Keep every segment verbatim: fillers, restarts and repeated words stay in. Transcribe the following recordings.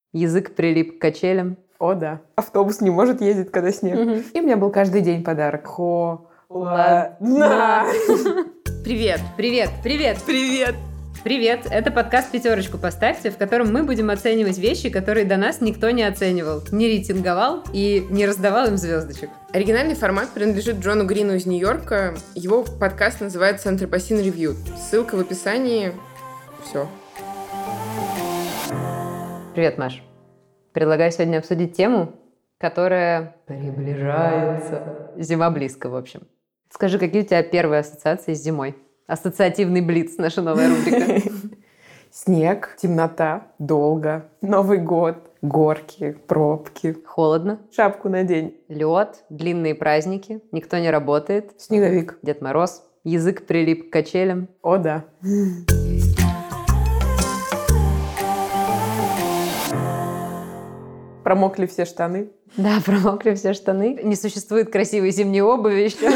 Язык прилип к качелям. О, да. Автобус не может ездить, когда снег. Мгм. И у меня был каждый день подарок. Хо-ла-на. Привет, привет, привет, Привет! привет. Это подкаст «Пятерочку поставьте», в котором мы будем оценивать вещи, которые до нас никто не оценивал, не рейтинговал и не раздавал им звездочек. Оригинальный формат принадлежит Джону Грину из Нью-Йорка. Его подкаст называется «Anthropocene Review». Ссылка в описании. Все. Привет, Маш. Предлагаю сегодня обсудить тему, которая приближается. Зима близко, в общем. Скажи, какие у тебя первые ассоциации с зимой? Ассоциативный блиц, наша новая рубрика. Снег, темнота, долго, Новый год, горки, пробки. Холодно. Шапку надень. Лед, длинные праздники, никто не работает. Снеговик. Дед Мороз, язык прилип к качелям. О, да. Промокли все штаны. Да, промокли все штаны. Не существует красивой зимней обуви еще.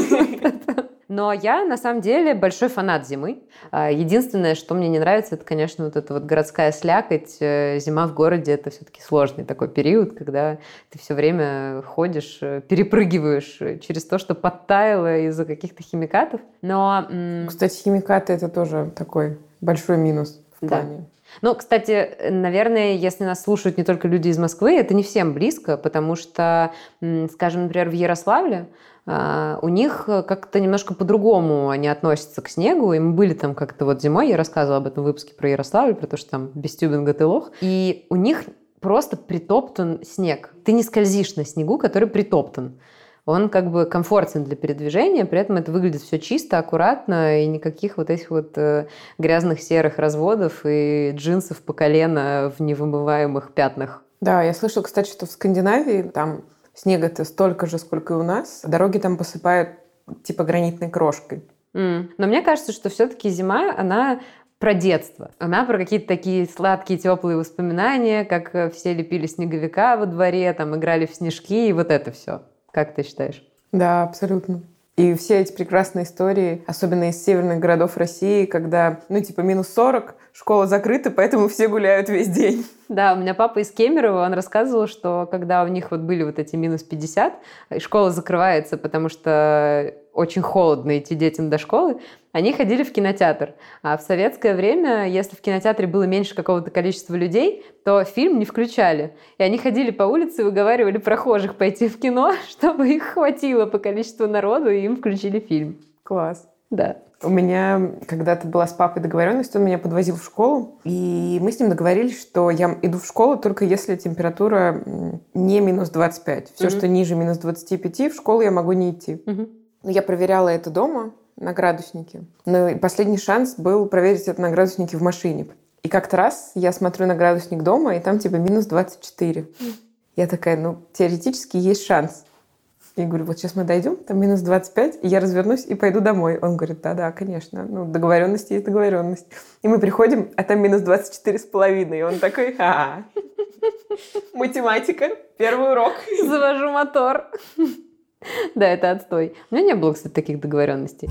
Но я, на самом деле, большой фанат зимы. Единственное, что мне не нравится, это, конечно, вот эта вот городская слякоть. Зима в городе — это все-таки сложный такой период, когда ты все время ходишь, перепрыгиваешь через то, что подтаяло из-за каких-то химикатов. Но... Кстати, химикаты — это тоже такой большой минус в Да. плане. Ну, кстати, наверное, если нас слушают не только люди из Москвы, это не всем близко, потому что, скажем, например, в Ярославле у них как-то немножко по-другому они относятся к снегу. И мы были там как-то вот зимой, я рассказывала об этом в выпуске про Ярославль, про то, что там без тюбинга ты лох. И у них просто притоптан снег. Ты не скользишь на снегу, который притоптан. Он как бы комфортен для передвижения, при этом это выглядит все чисто, аккуратно, и никаких вот этих вот э, грязных серых разводов и джинсов по колено в невымываемых пятнах. Да, я слышала, кстати, что в Скандинавии там снега-то столько же, сколько и у нас. Дороги там посыпают типа гранитной крошкой. Mm. Но мне кажется, что все-таки зима, она про детство. Она про какие-то такие сладкие, теплые воспоминания, как все лепили снеговика во дворе, там играли в снежки, и вот это все. Как ты считаешь? Да, абсолютно. И все эти прекрасные истории, особенно из северных городов России, когда, ну, типа, минус сорок, школа закрыта, поэтому все гуляют весь день. Да, у меня папа из Кемерово, он рассказывал, что когда у них вот были вот эти минус пятьдесят, и школа закрывается, потому что очень холодно идти детям до школы, они ходили в кинотеатр. А в советское время, если в кинотеатре было меньше какого-то количества людей, то фильм не включали. И они ходили по улице и уговаривали прохожих пойти в кино, чтобы их хватило по количеству народу, и им включили фильм. Класс. Да. У меня когда-то была с папой договоренность, он меня подвозил в школу, и мы с ним договорились, что я иду в школу только если температура не минус двадцать пять. Все, mm-hmm. что ниже минус двадцать пять, в школу я могу не идти. Mm-hmm. Но я проверяла это дома на градуснике. Но и последний шанс был проверить это на градуснике в машине. И как-то раз я смотрю на градусник дома, и там типа минус двадцать четыре. Mm. Я такая, ну, теоретически есть шанс. Я говорю, вот сейчас мы дойдем, там минус двадцать пять, и я развернусь и пойду домой. Он говорит, да-да, конечно, ну, договоренность есть договоренность. И мы приходим, а там минус двадцать четыре с половиной. И он такой, ха-ха, математика, первый урок. Завожу мотор. Да, это отстой. У меня не было, кстати, таких договоренностей.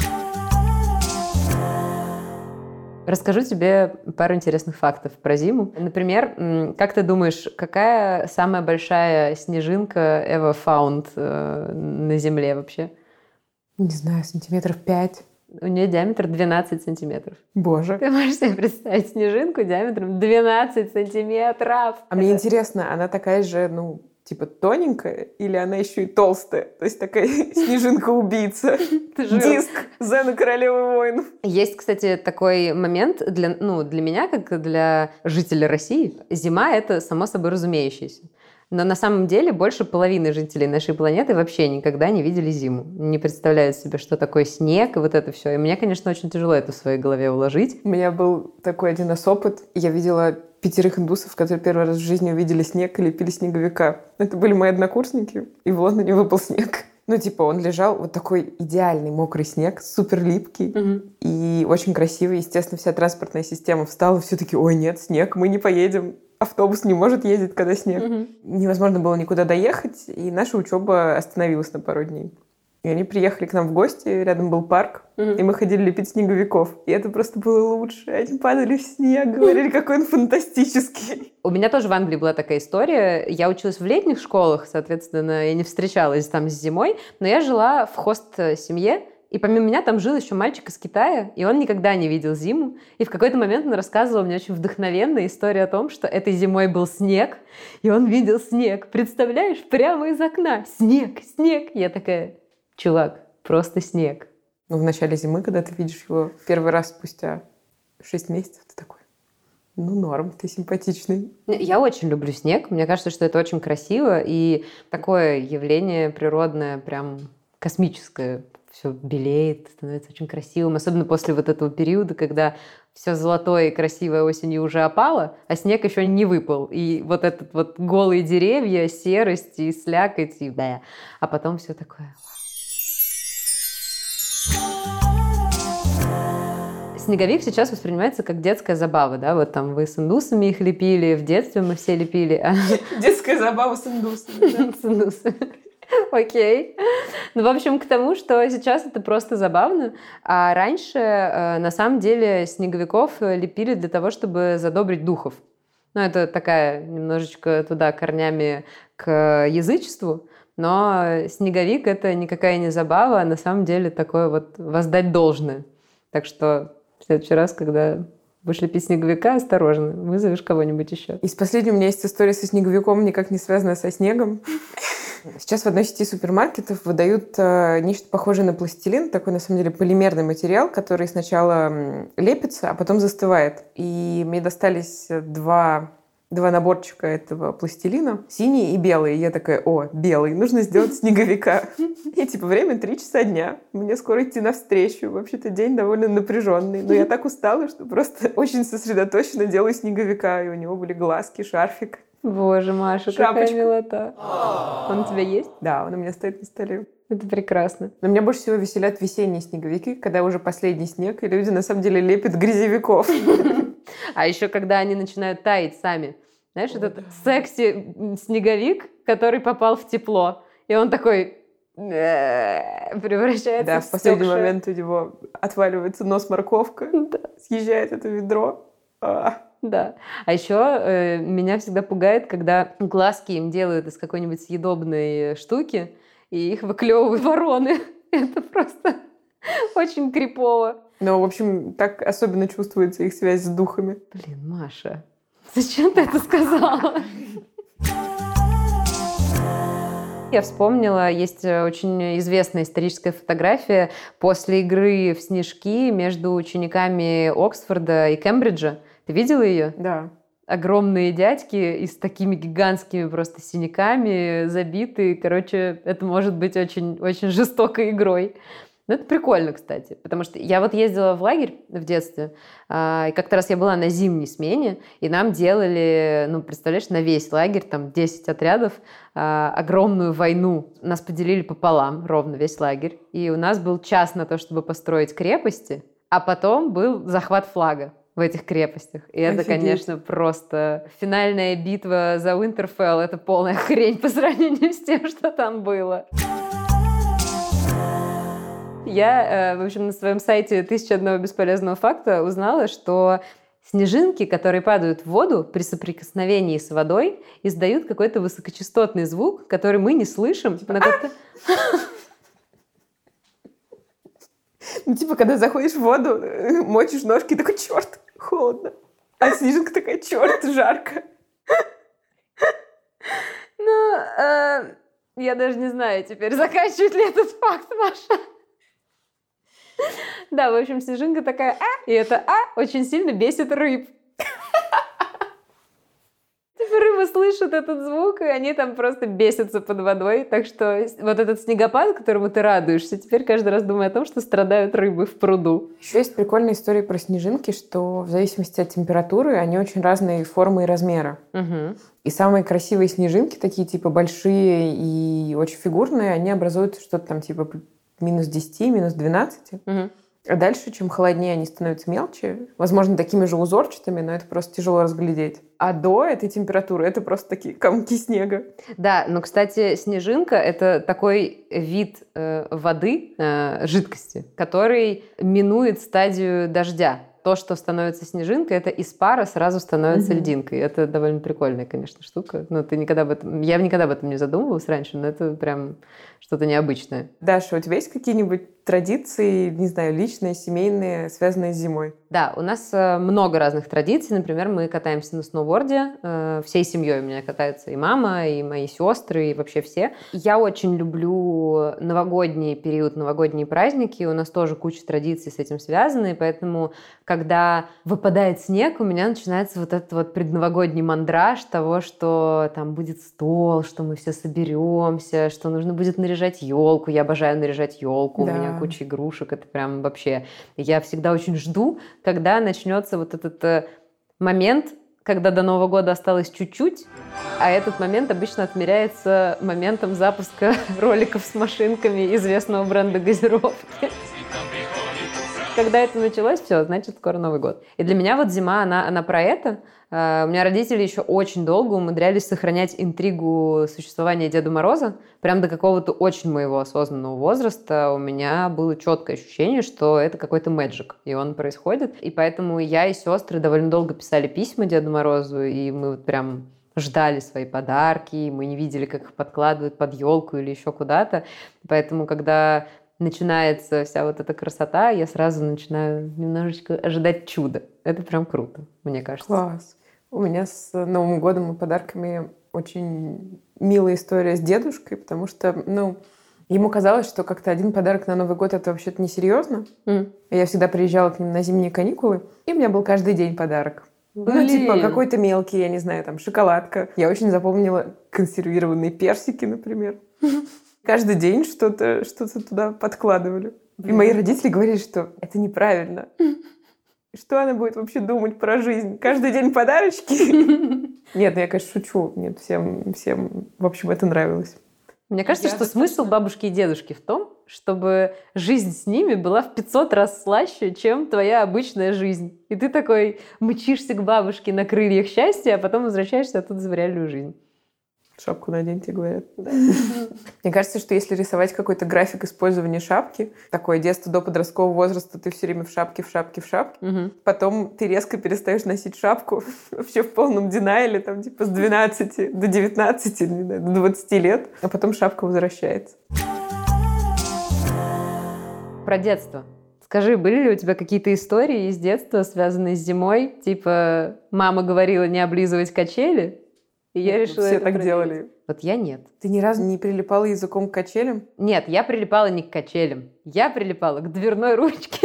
Расскажу тебе пару интересных фактов про зиму. Например, как ты думаешь, какая самая большая снежинка ever found э, на Земле вообще? Не знаю, сантиметров пять. У нее диаметр двенадцать сантиметров. Боже. Ты можешь себе представить снежинку диаметром двенадцать сантиметров? А мне интересно, она такая же, ну, типа тоненькая, или она еще и толстая? То есть такая снежинка-убийца. Диск Зена Королевы воинов. Есть, кстати, такой момент для, ну, для меня, как для жителя России. Зима — это само собой разумеющееся. Но на самом деле больше половины жителей нашей планеты вообще никогда не видели зиму. Не представляют себе, что такое снег и вот это все. И мне, конечно, очень тяжело это в своей голове уложить. У меня был такой один раз опыт. Я видела пятерых индусов, которые первый раз в жизни увидели снег и лепили снеговика. Это были мои однокурсники, и в Лондоне выпал снег. Ну, типа, он лежал, вот такой идеальный мокрый снег, супер липкий угу. и очень красивый. Естественно, вся транспортная система встала, все таки ой, нет, снег, мы не поедем. Автобус не может ездить, когда снег. Угу. Невозможно было никуда доехать, и наша учеба остановилась на пару дней. И они приехали к нам в гости, рядом был парк, mm-hmm. и мы ходили лепить снеговиков. И это просто было лучше. Они падали в снег, говорили, какой он фантастический. У меня тоже в Англии была такая история. Я училась в летних школах, соответственно, я не встречалась там с зимой, но я жила в хост-семье, и помимо меня там жил еще мальчик из Китая, и он никогда не видел зиму. И в какой-то момент он рассказывал мне очень вдохновенную историю о том, что этой зимой был снег, и он видел снег. Представляешь, прямо из окна. Снег, снег. Я такая, чувак, просто снег. Ну, в начале зимы, когда ты видишь его первый раз спустя шесть месяцев, ты такой, ну, норм, ты симпатичный. Я очень люблю снег. Мне кажется, что это очень красиво, и такое явление природное, прям космическое. Все белеет, становится очень красивым. Особенно после вот этого периода, когда все золотое и красивое осенью уже опало, а снег еще не выпал. И вот этот вот голые деревья, серость и слякоть, и да. А потом все такое. Снеговик сейчас воспринимается как детская забава, да? Вот там вы с индусами их лепили, в детстве мы все лепили. Детская забава с индусами. С индусами. Окей. Ну, в общем, к тому, что сейчас это просто забавно. А раньше, на самом деле, снеговиков лепили для того, чтобы задобрить духов. Ну, это такая немножечко туда корнями к язычеству. Но снеговик — это никакая не забава, а на самом деле такое вот воздать должное. Так что в следующий раз, когда будешь лепить снеговика, осторожно, вызовешь кого-нибудь еще. Из последнего у меня есть история со снеговиком, никак не связанная со снегом. Сейчас в одной сети супермаркетов выдают э, нечто похожее на пластилин, такой, на самом деле, полимерный материал, который сначала лепится, а потом застывает. И мне достались два, два наборчика этого пластилина, синий и белый. И я такая, о, белый, нужно сделать снеговика. И типа время три часа дня. Мне скоро идти навстречу. Вообще-то день довольно напряженный. Но я так устала, что просто очень сосредоточенно делаю снеговика. И у него были глазки, шарфик. Боже, Маша, Шапочку. Какая милота. Он у тебя есть? Да, он у меня стоит на столе. Это прекрасно. Но меня больше всего веселят весенние снеговики, когда уже последний снег, и люди на самом деле лепят грязевиков. А еще когда они начинают таять сами. Знаешь, этот секси-снеговик, который попал в тепло. И он такой превращается да, в в последний стёкшее. момент у него отваливается нос-морковка, Да. съезжает это ведро. А. Да. А еще э, меня всегда пугает, когда глазки им делают из какой-нибудь съедобной штуки, и их выклевывают вороны. Это просто очень крипово. Ну, в общем, так особенно чувствуется их связь с духами. Блин, Маша, зачем ты это сказала? Я вспомнила, есть очень известная историческая фотография после игры в снежки между учениками Оксфорда и Кембриджа. Ты видела ее? Да. Огромные дядьки и с такими гигантскими просто синяками, забитые. Короче, это может быть очень, очень жестокой игрой. Но это прикольно, кстати, потому что я вот ездила в лагерь в детстве, и как-то раз я была на зимней смене, и нам делали, ну, представляешь, на весь лагерь, там, десять отрядов, огромную войну. Нас поделили пополам, ровно весь лагерь, и у нас был час на то, чтобы построить крепости, а потом был захват флага в этих крепостях. И это, Офигеть. конечно, просто финальная битва за Уинтерфелл, это полная хрень по сравнению с тем, что там было. Я, в общем, на своем сайте «Тысяча одного бесполезного факта» узнала, что снежинки, которые падают в воду при соприкосновении с водой, издают какой-то высокочастотный звук, который мы не слышим. Типа, но как-то... Ну, типа, когда заходишь в воду, мочишь ножки, такой, черт, холодно. А снежинка такая, черт, жарко. Ну, э, я даже не знаю теперь, заканчивает ли этот факт, Маша. Да, в общем, снежинка такая «а», и это «а» очень сильно бесит рыб. Типа рыбы слышат этот звук, и они там просто бесятся под водой. Так что вот этот снегопад, которому ты радуешься, теперь каждый раз думаю о том, что страдают рыбы в пруду. Еще есть прикольная история про снежинки, что в зависимости от температуры они очень разные формы и размера. Угу. И самые красивые снежинки, такие типа большие и очень фигурные, они образуют что-то там типа минус десять, минус двенадцать. Угу. А дальше, чем холоднее, они становятся мелче. Возможно, такими же узорчатыми, но это просто тяжело разглядеть. А до этой температуры это просто такие комки снега. Да, но, кстати, снежинка — это такой вид э, воды, э, жидкости, который минует стадию дождя. То, что становится снежинкой, это из пара сразу становится mm-hmm. льдинкой. Это довольно прикольная, конечно, штука. Но ты никогда об этом... Я никогда об этом не задумывалась раньше, но это прям что-то необычное. Даша, у тебя есть какие-нибудь традиции, не знаю, личные, семейные, связанные с зимой? Да, у нас много разных традиций. Например, мы катаемся на сноуборде. Всей семьей у меня катаются и мама, и мои сестры, и вообще все. Я очень люблю новогодний период, новогодние праздники. У нас тоже куча традиций с этим связаны, поэтому, когда выпадает снег, у меня начинается вот этот вот предновогодний мандраж того, что там будет стол, что мы все соберемся, что нужно будет наряжать елку. Я обожаю наряжать елку. Да. У меня куча игрушек. Это прям вообще... Я всегда очень жду, когда начнется вот этот э, момент, когда до Нового года осталось чуть-чуть, а этот момент обычно отмеряется моментом запуска роликов с машинками известного бренда газировки. Когда это началось, все, значит, скоро Новый год. И для меня вот зима, она, она про это. Uh, у меня родители еще очень долго умудрялись сохранять интригу существования Деда Мороза. Прям до какого-то очень моего осознанного возраста у меня было четкое ощущение, что это какой-то мэджик, и он происходит. И поэтому я и сестры довольно долго писали письма Деду Морозу, и мы вот прям ждали свои подарки, мы не видели, как их подкладывают под елку или еще куда-то. Поэтому, когда начинается вся вот эта красота, я сразу начинаю немножечко ожидать чуда. Это прям круто, мне кажется. Класс. У меня с Новым годом и подарками очень милая история с дедушкой, потому что, ну, ему казалось, что как-то один подарок на Новый год — это вообще-то несерьезно. Mm. Я всегда приезжала к ним на зимние каникулы, и у меня был каждый день подарок. Блин. Ну, типа, какой-то мелкий, я не знаю, там, шоколадка. Я очень запомнила консервированные персики, например. Каждый день что-то, что-то туда подкладывали. И мои родители говорили, что это неправильно. Что она будет вообще думать про жизнь? Каждый день подарочки? Нет, я, конечно, шучу. Нет, всем, всем, в общем, это нравилось. Мне кажется, я что смысл бабушки и дедушки в том, чтобы жизнь с ними была в пятьсот раз слаще, чем твоя обычная жизнь. И ты такой мчишься к бабушке на крыльях счастья, а потом возвращаешься оттуда в реальную жизнь. Шапку наденьте, говорят. Да. Мне кажется, что если рисовать какой-то график использования шапки, такое детство до подросткового возраста, ты все время в шапке, в шапке, в шапке, угу. Потом ты резко перестаешь носить шапку, вообще в полном динаиле, там типа с двенадцати до девятнадцати, не знаю, до двадцати лет, а потом шапка возвращается. Про детство. Скажи, были ли у тебя какие-то истории из детства, связанные с зимой? Типа, мама говорила не облизывать качели, и я решила Все это так проверить. делали. Вот я нет. Ты ни разу не прилипала языком к качелям? Нет, я прилипала не к качелям. Я прилипала к дверной ручке.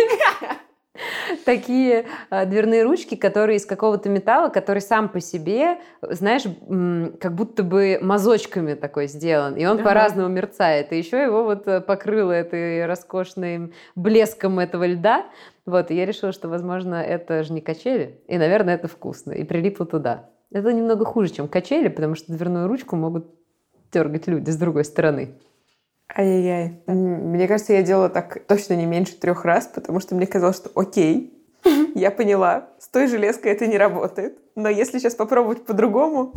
Такие дверные ручки, которые из какого-то металла, который сам по себе, знаешь, как будто бы мазочками такой сделан. И он по-разному мерцает. И еще его вот покрыло этой роскошным блеском этого льда. Вот, и я решила, что, возможно, это же не качели. И, наверное, это вкусно. И прилипла туда. Это немного хуже, чем качели, потому что дверную ручку могут дергать люди с другой стороны. Ай-яй-яй. Мне кажется, я делала так точно не меньше трех раз, потому что мне казалось, что окей, я поняла, с той железкой это не работает. Но если сейчас попробовать по-другому...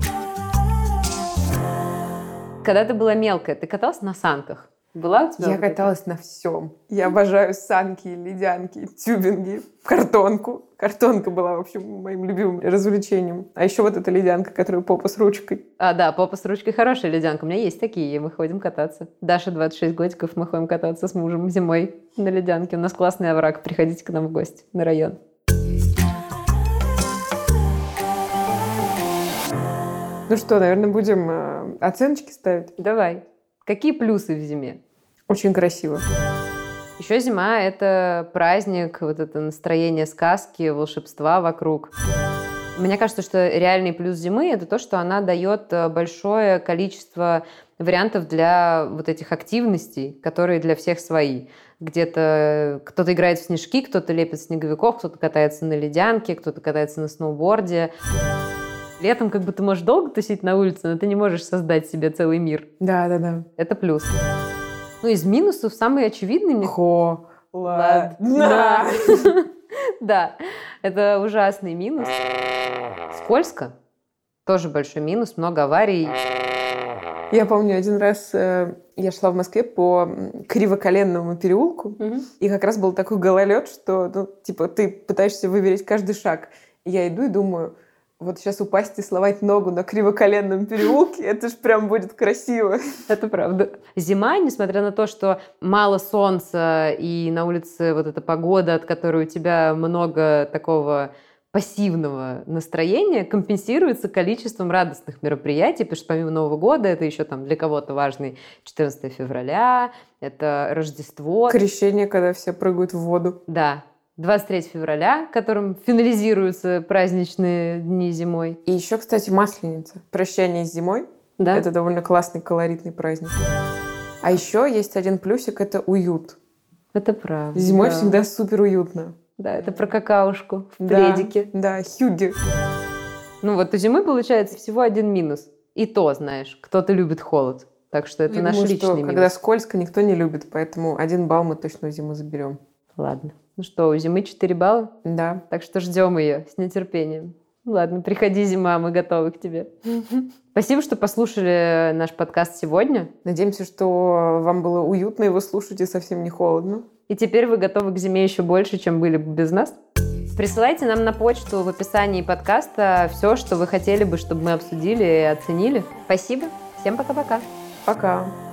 Когда ты была мелкая, ты каталась на санках? Была у тебя? Я каталась на всем. Я обожаю санки, ледянки, тюбинги, картонку. Картонка была, в общем, моим любимым развлечением. А еще вот эта ледянка, которая попа с ручкой. А, да, попа с ручкой хорошая ледянка. У меня есть такие, и мы ходим кататься. Даша двадцать шесть годиков, мы ходим кататься с мужем зимой на ледянке. У нас классный овраг. Приходите к нам в гости на район. Ну что, наверное, будем э, оценочки ставить? Давай. Какие плюсы в зиме? Очень красиво. Еще зима — это праздник, вот это настроение сказки, волшебства вокруг. Мне кажется, что реальный плюс зимы — это то, что она дает большое количество вариантов для вот этих активностей, которые для всех свои. Где-то кто-то играет в снежки, кто-то лепит снеговиков, кто-то катается на ледянке, кто-то катается на сноуборде. Летом как бы ты можешь долго тусить на улице, но ты не можешь создать себе целый мир. Да, да, да. Это плюс. Ну, из минусов самый очевидный мне... Хо. Ладно. Да, это ужасный минус. Скользко. Тоже большой минус, много аварий. Я помню, один раз э, я шла в Москве по Кривоколенному переулку, Угу. и как раз был такой гололед, что, ну, типа, ты пытаешься выверить каждый шаг. И я иду и думаю, вот сейчас упасть и сломать ногу на Кривоколенном переулке, это ж прям будет красиво. Это правда. Зима, несмотря на то, что мало солнца и на улице вот эта погода, от которой у тебя много такого пассивного настроения, компенсируется количеством радостных мероприятий, потому что помимо Нового года это еще там для кого-то важный четырнадцатое февраля, это Рождество. Крещение, когда все прыгают в воду. Да. двадцать третьего февраля, которым финализируются праздничные дни зимой. И еще, кстати, Масленица. Прощание с зимой. Да? Это довольно классный, колоритный праздник. А еще есть один плюсик — это уют. Это правда. Зимой да. всегда супер уютно. Да, это про какаушку в Да, пледике. да, хюги. Ну вот у зимы получается всего один минус. И то, знаешь, кто-то любит холод. Так что это Я наш думаю, личный что, минус. когда скользко, никто не любит, поэтому один балл мы точно в зиму заберем. Ладно. Ну что, у зимы четыре балла, Да. так что ждем ее с нетерпением. Ладно, приходи, зима, мы готовы к тебе. Спасибо, что послушали наш подкаст сегодня. Надеемся, что вам было уютно его слушать и совсем не холодно. И теперь вы готовы к зиме еще больше, чем были бы без нас. Присылайте нам на почту в описании подкаста все, что вы хотели бы, чтобы мы обсудили и оценили. Спасибо. Всем пока-пока. Пока.